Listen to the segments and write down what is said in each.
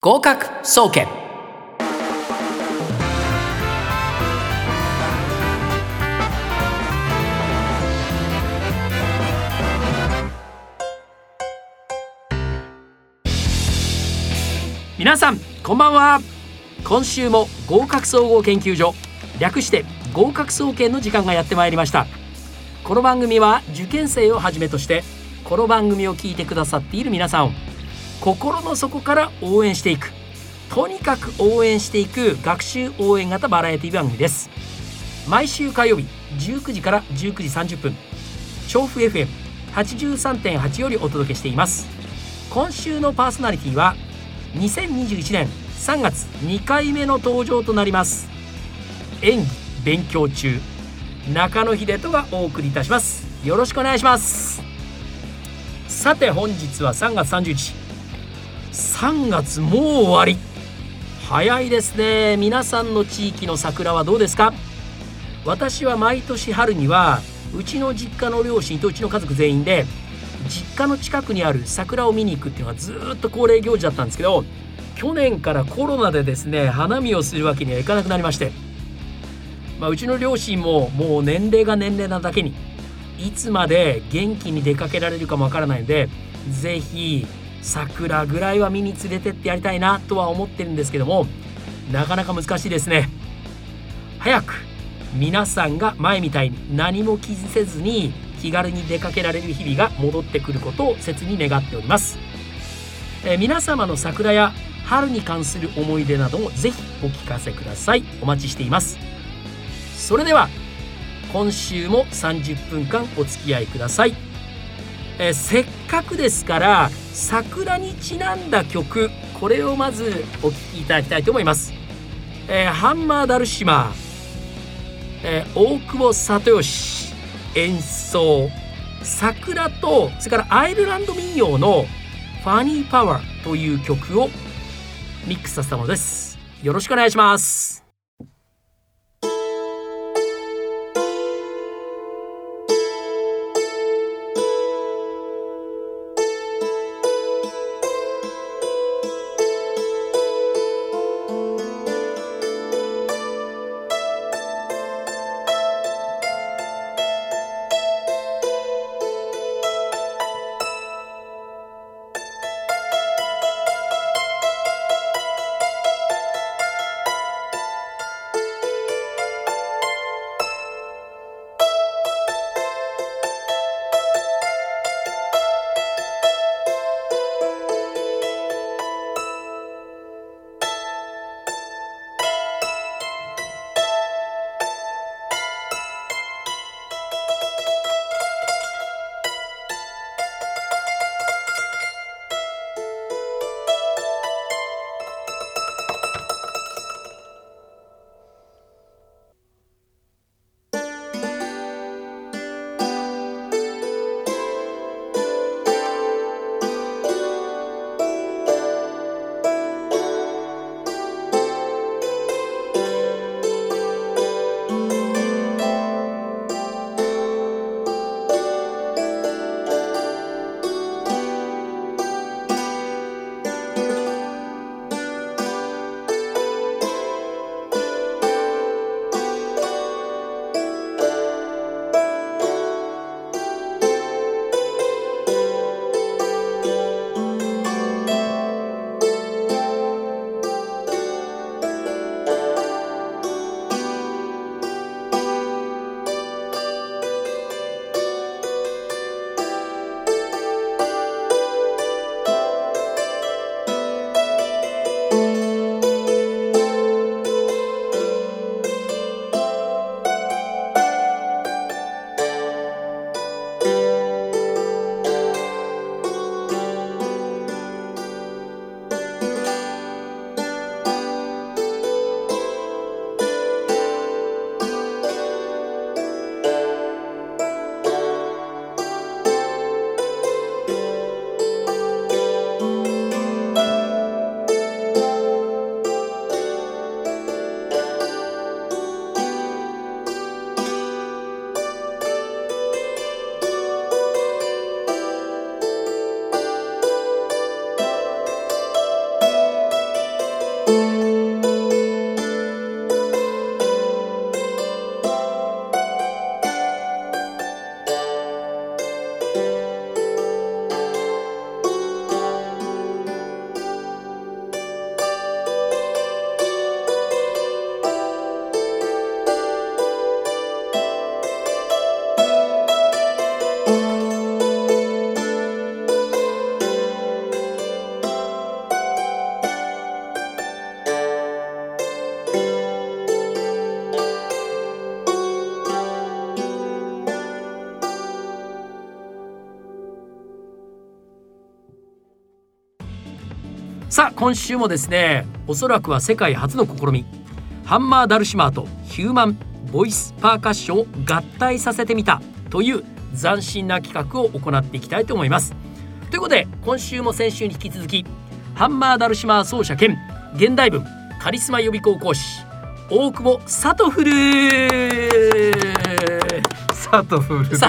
合格総研。皆さんこんばんは。今週も合格総合研究所、略して合格総研の時間がやってまいりました。この番組は受験生をはじめとしてこの番組を聞いてくださっている皆さんを心の底から応援していく、とにかく応援していく学習応援型バラエティ番組です。毎週火曜日19時から19時30分、調布 FM83.8 よりお届けしています。今週のパーソナリティは2021年3月2回目の登場となります。演技勉強中、中野秀人がお送りいたします。よろしくお願いします。さて本日は3月30日、3月もう終わり、早いですね。皆さんの地域の桜はどうですか？私は毎年春にはうちの実家の両親とうちの家族全員で実家の近くにある桜を見に行くっていうのがずっと恒例行事だったんですけど、去年からコロナでですね、花見をするわけにはいかなくなりまして、うちの両親ももう年齢が年齢なだけにいつまで元気に出かけられるかもわからないので、ぜひ桜ぐらいは見に連れてってやりたいなとは思ってるんですけども、なかなか難しいですね。早く皆さんが前みたいに何も気にせずに気軽に出かけられる日々が戻ってくることを切に願っております。皆様の桜や春に関する思い出などもぜひお聞かせください。お待ちしています。それでは今週も30分間お付き合いください。せっかくですから桜にちなんだ曲、これをまずお聴きいただきたいと思います。ハンマーダルシマー、大久保里義演奏、桜とそれからアイルランド民謡のファニーパワーという曲をミックスさせたものです。よろしくお願いします。 今週もですね、おそらくは世界初の試み、ハンマーダルシマーとヒューマンボイスパーカッションを合体させてみたという斬新な企画を行っていきたいと思います。ということで今週も先週に引き続き、ハンマーダルシマー奏者兼現代文カリスマ予備校講師大久保サトフルサトフルです。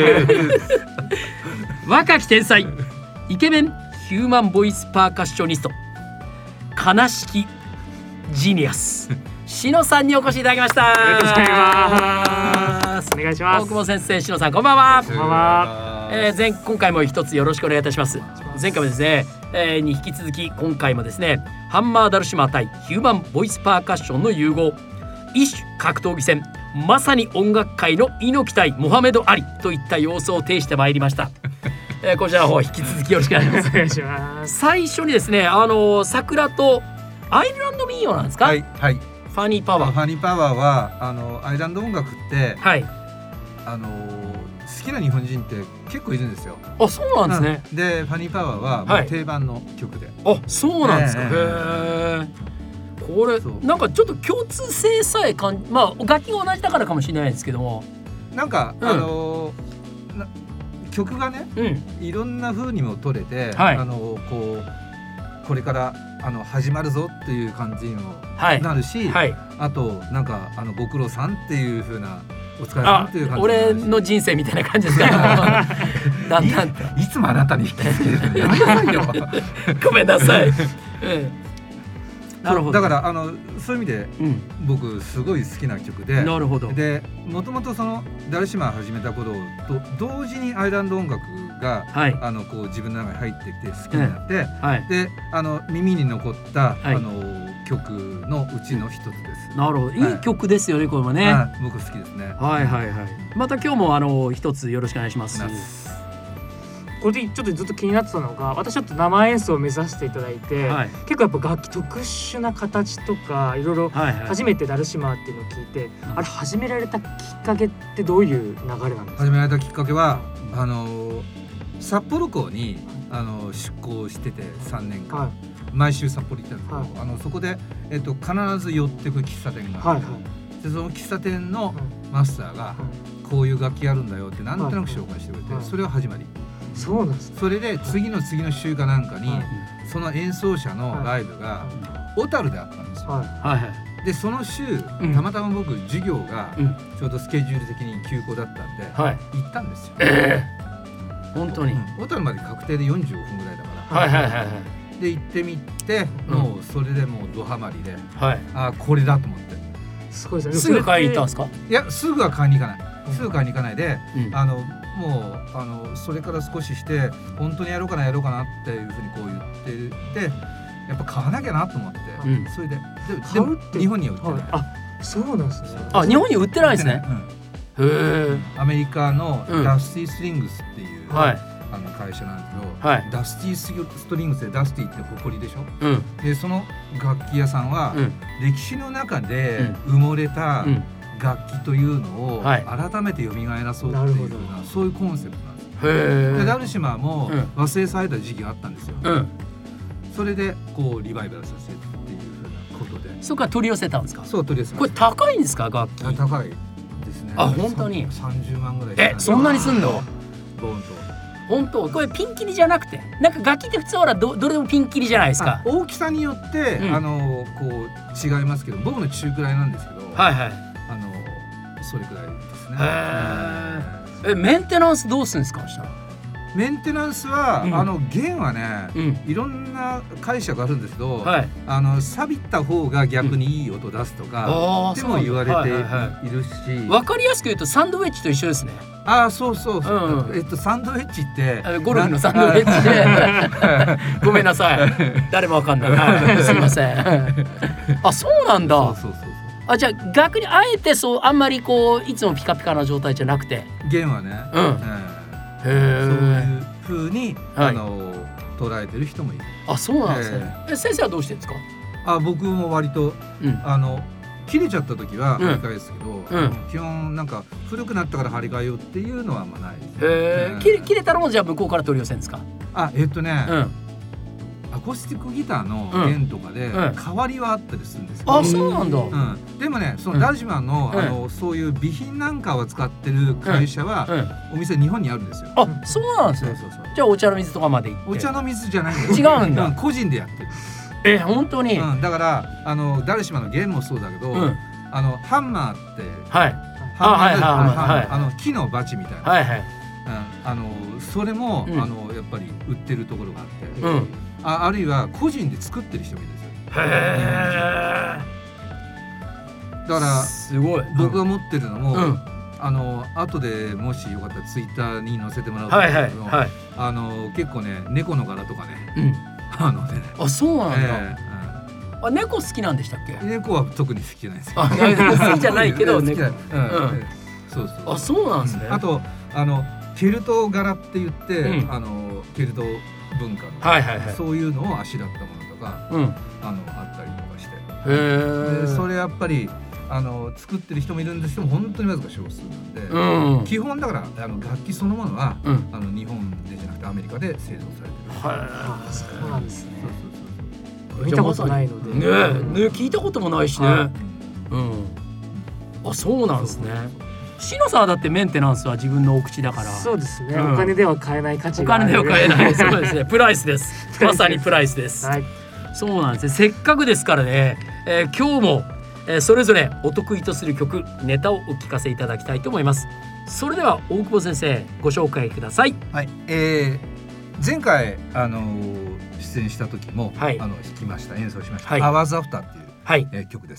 若き天才イケメンヒューマンボイスパーカッショニスト、悲しきジニアス篠さんにお越しいただきました。 ありがとうございます。お願いします。 大久保先生、篠さん、こんばんは。 こんばんは。 今回も一つよろしくお願いいたします。前回もですね、に引き続き今回もですね、ハンマーダルシマー対ヒューマンボイスパーカッションの融合、異種格闘技戦、まさに音楽界の猪木対モハメド・アリといった様子を呈してまいりました。こちらの方引き続きよろしくお願いします。 お願いします。 最初にですね、桜とアイルランド民謡なんですか？ はいはい。 ファニーパワー。 ファニーパワーはアイランド音楽ってはい。 好きな日本人って結構いるんですよ。 あ、そうなんですね。 でファニーパワーはもう定番の曲で。 あ、そうなんですか。へえ。これなんかちょっと共通性さえまあ楽器が同じだからかもしれないですけども、 なんか、曲がね、いろんな風にも取れて、これから始まるぞっていう感じにもなるし、あとなんかご苦労さんっていう風な、お疲れさんっていう感じ、 俺の人生みたいな感じですからだんだんといつもあなたに引きつけるのやめなさいよごめんなさい。なるほど。 だからそういう意味で、僕すごい好きな曲で、 なるほど。 でもともとそのダルシマー始めた頃と同時にアイランド音楽が、こう自分の中に入ってきて好きになって、で耳に残った、曲のうちの一つです。 なるほど、いい曲ですよね、これもね。 僕好きですね。 はいはいはい。また今日も一つよろしくお願いします。 これでちょっとずっと気になってたのが、私ちょっと生演奏を目指していただいて、結構やっぱ楽器特殊な形とかいろいろ初めてダルシマーっていうのを聞いて、あれ始められたきっかけってどういう流れなんですか？ 始められたきっかけは札幌港に出向してて3年間、毎週札幌行ったんですけど、そこで、必ず寄ってく喫茶店があって、でその喫茶店のマスターがこういう楽器あるんだよってなんとなく紹介してくれて、それが始まり。 そうなんです。 それで次の週かなんかに、その演奏者のライブが小樽であったんですよ。でその週、たまたま僕授業がちょうどスケジュール的に休校だったんで、行ったんですよ。 本当に小樽まで確定で45分ぐらいだから。で行ってみて、もうそれでもうドハマりで、これだと思って。 すごいですね。 すぐ買いに行ったんですか？ いや、すぐは買いに行かない。すぐ買いに行かないで、もうそれから少しして本当にやろうかなっていうふうにこう言ってて、やっぱ買わなきゃなと思って、それでも日本には売ってない。 あ、そうなんですね。 あ、日本に売ってないですね。へえ。 アメリカのダスティストリングスっていう会社なんですけど、ダスティストリングスでダスティって誇りでしょ。でその楽器屋さんは歴史の中で埋もれた楽器というのを改めて蘇らそうっていうような、そういうコンセプトなんです。でダルシマーも忘れされた時期があったんですよ。それでこうリバイバルさせるっていうふうなことで、 そこから取り寄せたんですか？ そう、取り寄せました。これ高いんですか、楽器？ 高いですね。 あ、本当に 30万ぐらい。 そんなにすんの？ ボーンと。 本当、これピンキリじゃなくて、なんか楽器って普通はどれでもピンキリじゃないですか。 大きさによってこう違いますけど、僕の中くらいなんですけど、それくらいですね。 メンテナンスどうするんですか？ メンテナンスは、弦はね、いろんな解釈あるんですけど、錆びた方が逆にいい音出すとかでも言われているし、 分かりやすく言うとサンドウェッジと一緒ですね。 そうそう、サンドウェッジってゴルフのサンドウェッジでごめんなさい、誰もわかんない、すいません。あ、そうなんだ。あ、じゃあ逆にあえてあんまりこういつもピカピカな状態じゃなくて、 弦はね、そういう風に捉えてる人もいる。 あ、そうなんですね。先生はどうしてるんですか？ 僕も割と切れちゃった時は張り替えですけど、基本なんか古くなったから張り替えようっていうのはあんまないです。 切れたのもじゃあ向こうから取り寄せるんですか？ アコースティックギターの弦とかで変わりはあったりするんですよ、 あ、そうなんだ、 でもね、そのダルシマンの、そういう備品なんかを使ってる会社は、お店日本にあるんですよ。 あ、そうなんですね。じゃあお茶の水とかまで行って。 お茶の水じゃないんだよ。 違うんだ、 個人でやってる。 本当に、 だからダルシマンの弦もそうだけど、ハンマーって、木のバチみたいな、それも、やっぱり売ってるところがあって、あるいは個人で作ってる人もいるんですよ。だからすごい、僕が持ってるのも、後でもしよかったらツイッターに載せてもらうと思うんですけど、結構ね、猫の柄とかね、 あ、そうなんだ。猫好きなんでしたっけ？ 猫は特に好きじゃないですけど。 好きじゃないけど猫。 そうそう。 あ、そうなんですね。 あとケルト柄って言って、ケルト文化のそういうのをあしらったものとかあったりとかして、それやっぱり作ってる人もいるんですけど、本当にわずか少数なんで、基本だから楽器そのものは日本でじゃなくてアメリカで製造されてる。 そうなんですね。見たことないのでね、聞いたこともないしね。あ、そうなんですね。シノさんはだってメンテナンスは自分のお口だから。 そうですね、お金では買えない価値がある。 お金では買えない。そうですね、プライスです。まさにプライスです。そうなんですね。せっかくですからね、今日もそれぞれお得意とする曲、ネタをお聞かせいただきたいと思います。それでは大久保先生、ご紹介ください。 はい、前回出演した時も、弾きました、演奏しました「Hours After」っていう、曲です。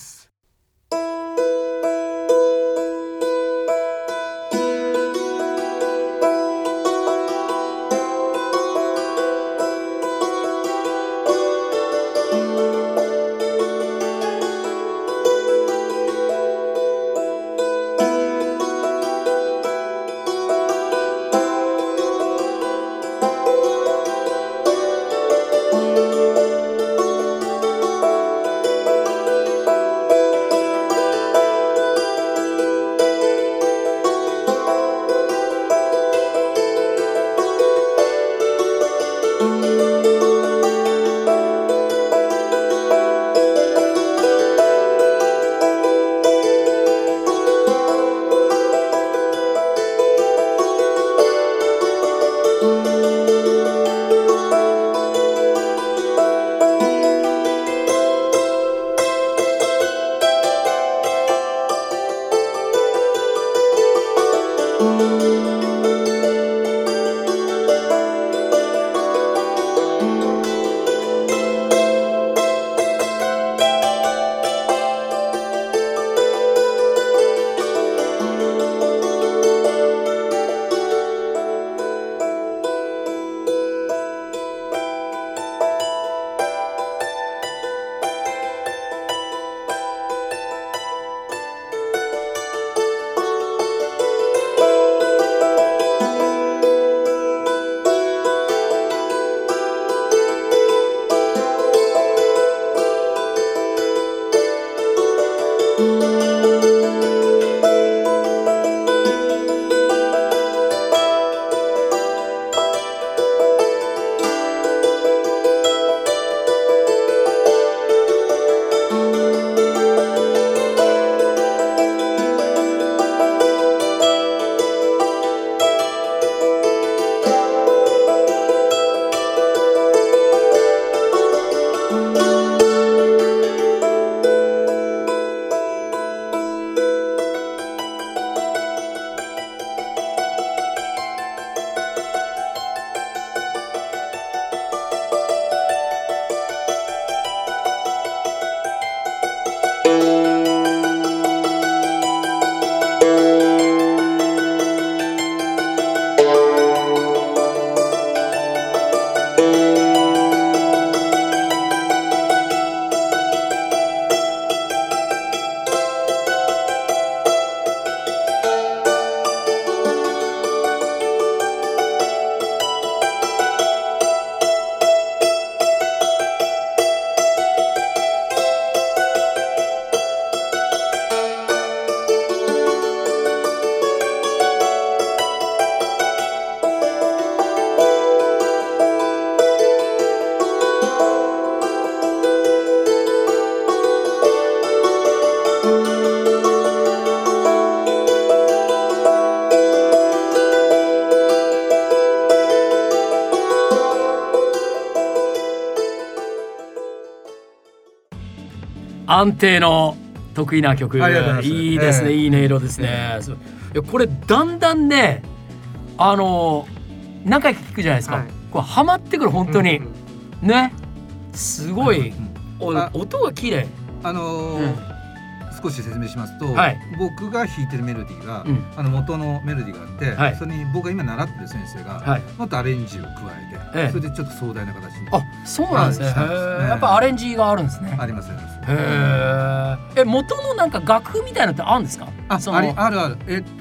安定の得意な曲。いいですね、いい音色ですね。いやこれだんだんね何回か聞くじゃないですか、これハマってくる本当に、ね、すごい、音が綺麗。 少し説明しますと、僕が弾いてるメロディーが、元のメロディーがあって、それに僕が今習ってる先生が、もっとアレンジを加えて、それでちょっと壮大な形に。 そうなんですね。やっぱアレンジがあるんですね。 あります。 元のなんか楽譜みたいなのってあるんですか？ ある。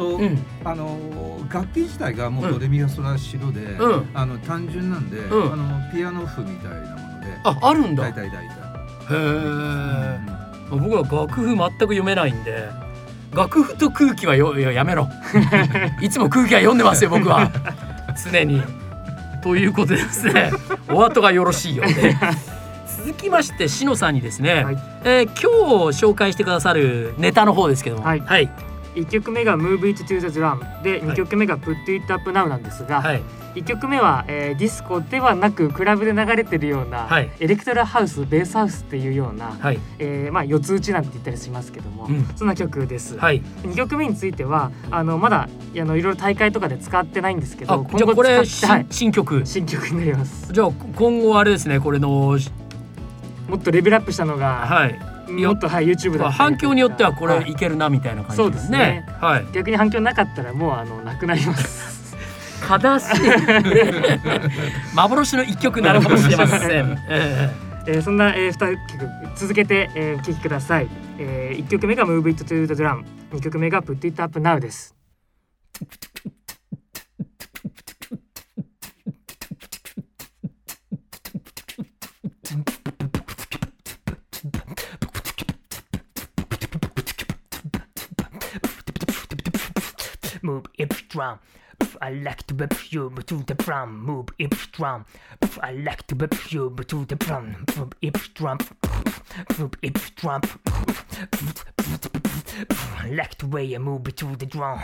楽器自体がもうドレミファソラシドで、単純なんで、ピアノ譜みたいなもので。 あるんだ。 大体。 僕は楽譜全く読めないんで、楽譜と空気はやめろいつも空気は読んでますよ僕は常に。ということでですね、お後がよろしいようで続きましてしのさんにですね、今日紹介してくださるネタの方ですけども、 1曲目が Move It to the Drum で、2曲目が Put It Up Now なんですが、1曲目は、ディスコではなくクラブで流れてるような、エレクトラハウス、ベースハウスっていうような、四つ打ちなんて言ったりしますけども、そんな曲です。2曲目についてはまだいろいろ大会とかで使ってないんですけど、 じゃあこれ新曲になります。 じゃあ今後あれですね、これのもっとレベルアップしたのが、もっとYouTube だったり反響によってはこれいけるなみたいな感じですね。 逆に反響なかったらもうなくなります悲しい幻の一曲になるかもしれませんそんな、2曲続けて、聴きください。1曲目が Move It to the Drum、 2曲目が Put It Up Now です。 Move it drum, I like to whip you to the drum. Move it drum, I like to whip you to the drum. Move it drum, move it drum. I like the way I move it to the drum.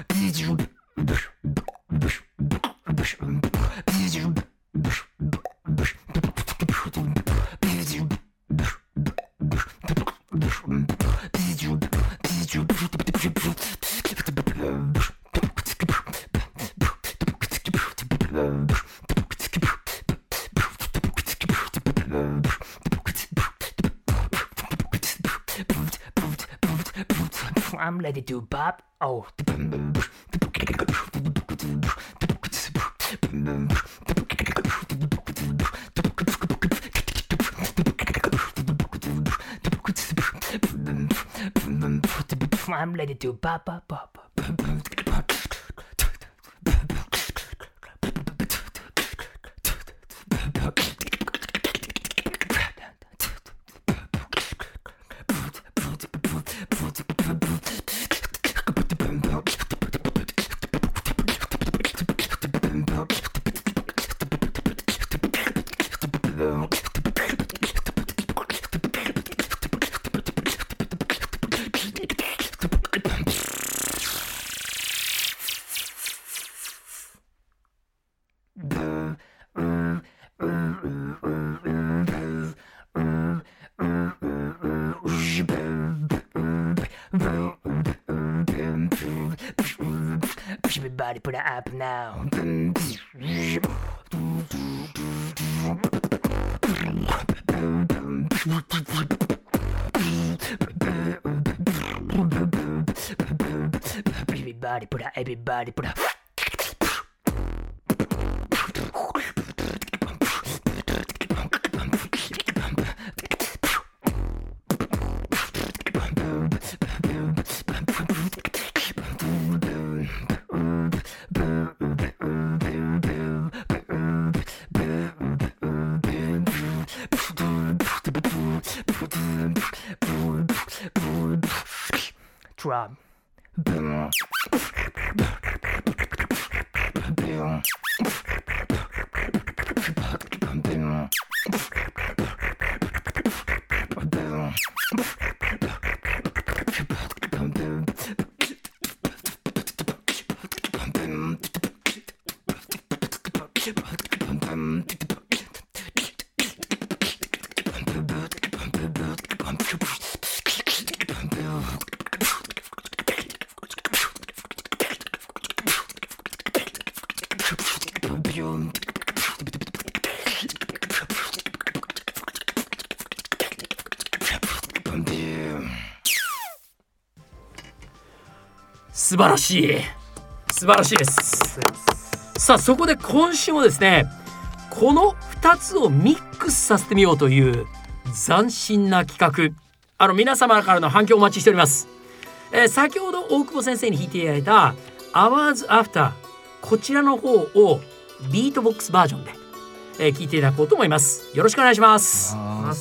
I'm ready to pop. Oh. I'm ready to pop, pop, pop. Everybody put it up now. Everybody put it, everybody put it. Drum. 素晴らしいです。さあそこで今週もですねこの2つをミックスさせてみようという斬新な企画、皆様からの反響をお待ちしております。先ほど大久保先生に弾いていただいた Hours After こちらの方をビートボックスバージョンで、聴いていただこうと思います。よろしくお願いします。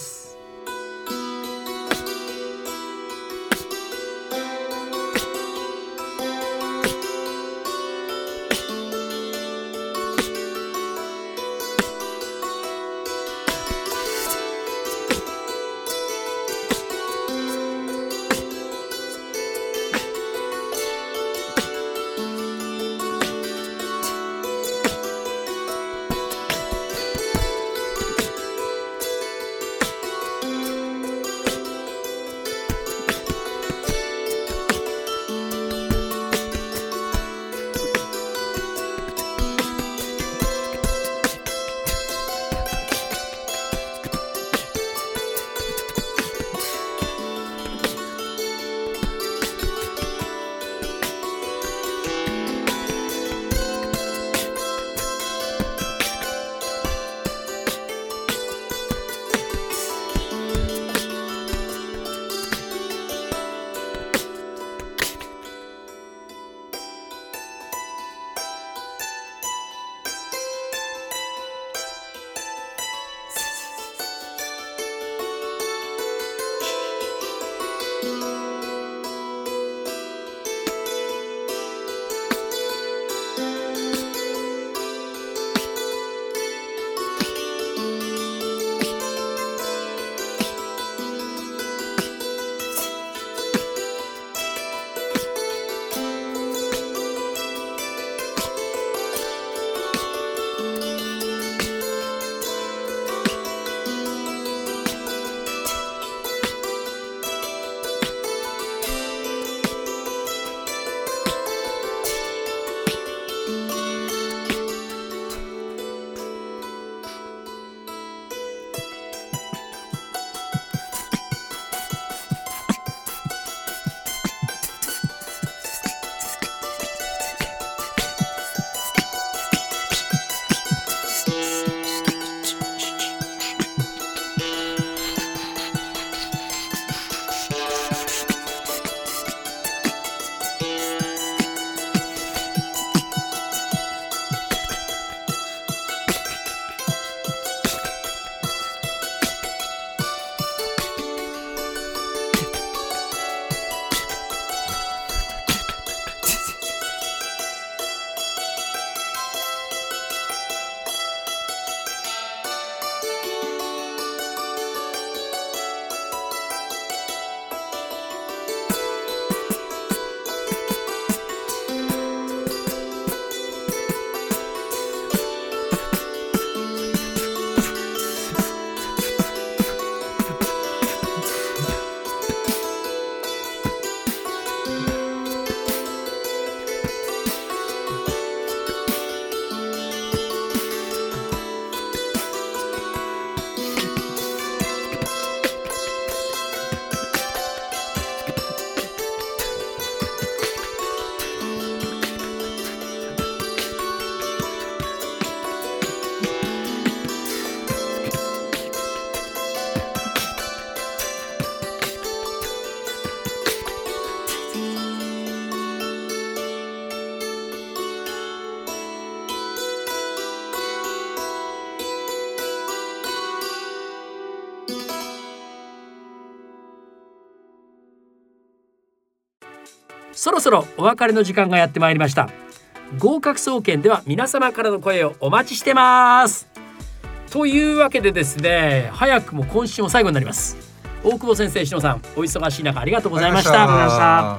そろそろお別れの時間がやってまいりました。合格総研では皆様からの声をお待ちしてます。というわけでですね、早くも今週も最後になります。大久保先生、篠さん、お忙しい中ありがとうございました。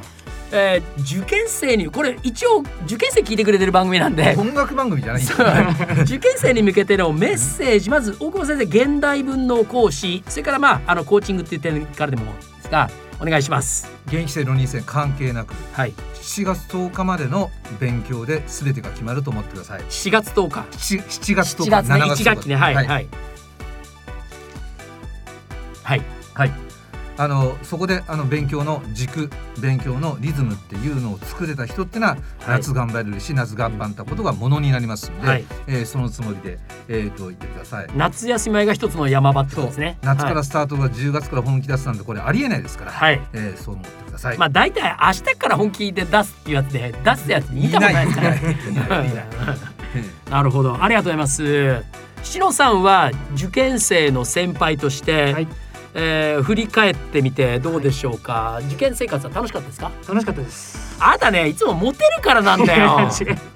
受験生に、これ一応受験生聞いてくれてる番組なんで、 音楽番組じゃないんです受験生に向けてのメッセージ、まず大久保先生、現代文の講師、それからコーチングっていう点からでもですがお願いします。 現役生浪人生関係なく、 はい、 7月10日までの勉強で全てが決まると思ってください。 7月10日 7月10日、 7月ね、1学期ね、はいはいはいはい、 そこで勉強の軸、勉強のリズムっていうのを作れた人っていうのは、夏頑張れるし夏頑張ったことがものになりますので、そのつもりで、言ってください。 夏休み前が一つの山場ってことですね。 夏からスタートが10月から本気出すなんてこれありえないですから、そう思ってください。 大体明日から本気で出すっていうやつで出すやつ見たことないですからなるほど、ありがとうございます。篠野さんは受験生の先輩として、振り返ってみてどうでしょうか。受験生活は楽しかったですか？ 楽しかったです。 あなたね、いつもモテるからなんだよ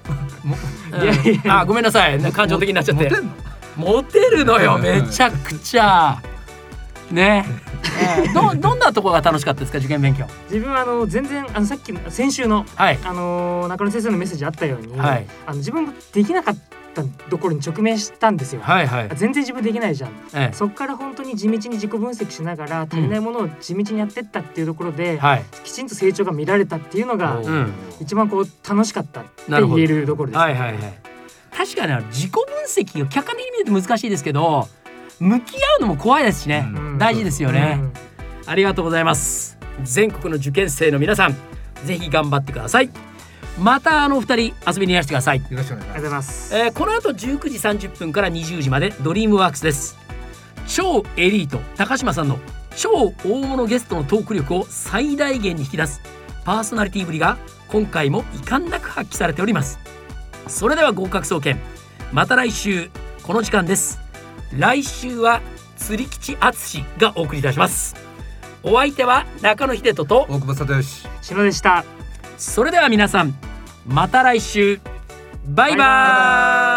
ごめんなさい、感情的になっちゃって。モテるのよ、めちゃくちゃね。どんなところが楽しかったですか、受験勉強。 自分は全然さっき先週の、中野先生のメッセージあったように、自分もできなかったところに直面したんですよ。全然自分できないじゃん、そこから本当に地道に自己分析しながら足りないものを地道にやってったっていうところで、きちんと成長が見られたっていうのが、一番楽しかったって言えるところです。 確かに自己分析を客観的に見ると難しいですけど、向き合うのも怖いですしね、大事ですよね。ありがとうございます。全国の受験生の皆さん、ぜひ頑張ってください。またお二人遊びにいらしてください。よろしくお願いします。 ありがとうございます。 この後19時30分から20時までドリームワークスです。超エリート高島さんの超大物ゲストのトーク力を最大限に引き出すパーソナリティぶりが今回も遺憾なく発揮されております。それでは合格総研、また来週この時間です。来週は釣り吉敦がお送りいたします。お相手は中野秀人と大久保聡義、 篠でした。 それでは皆さん、また来週。バイバーイ。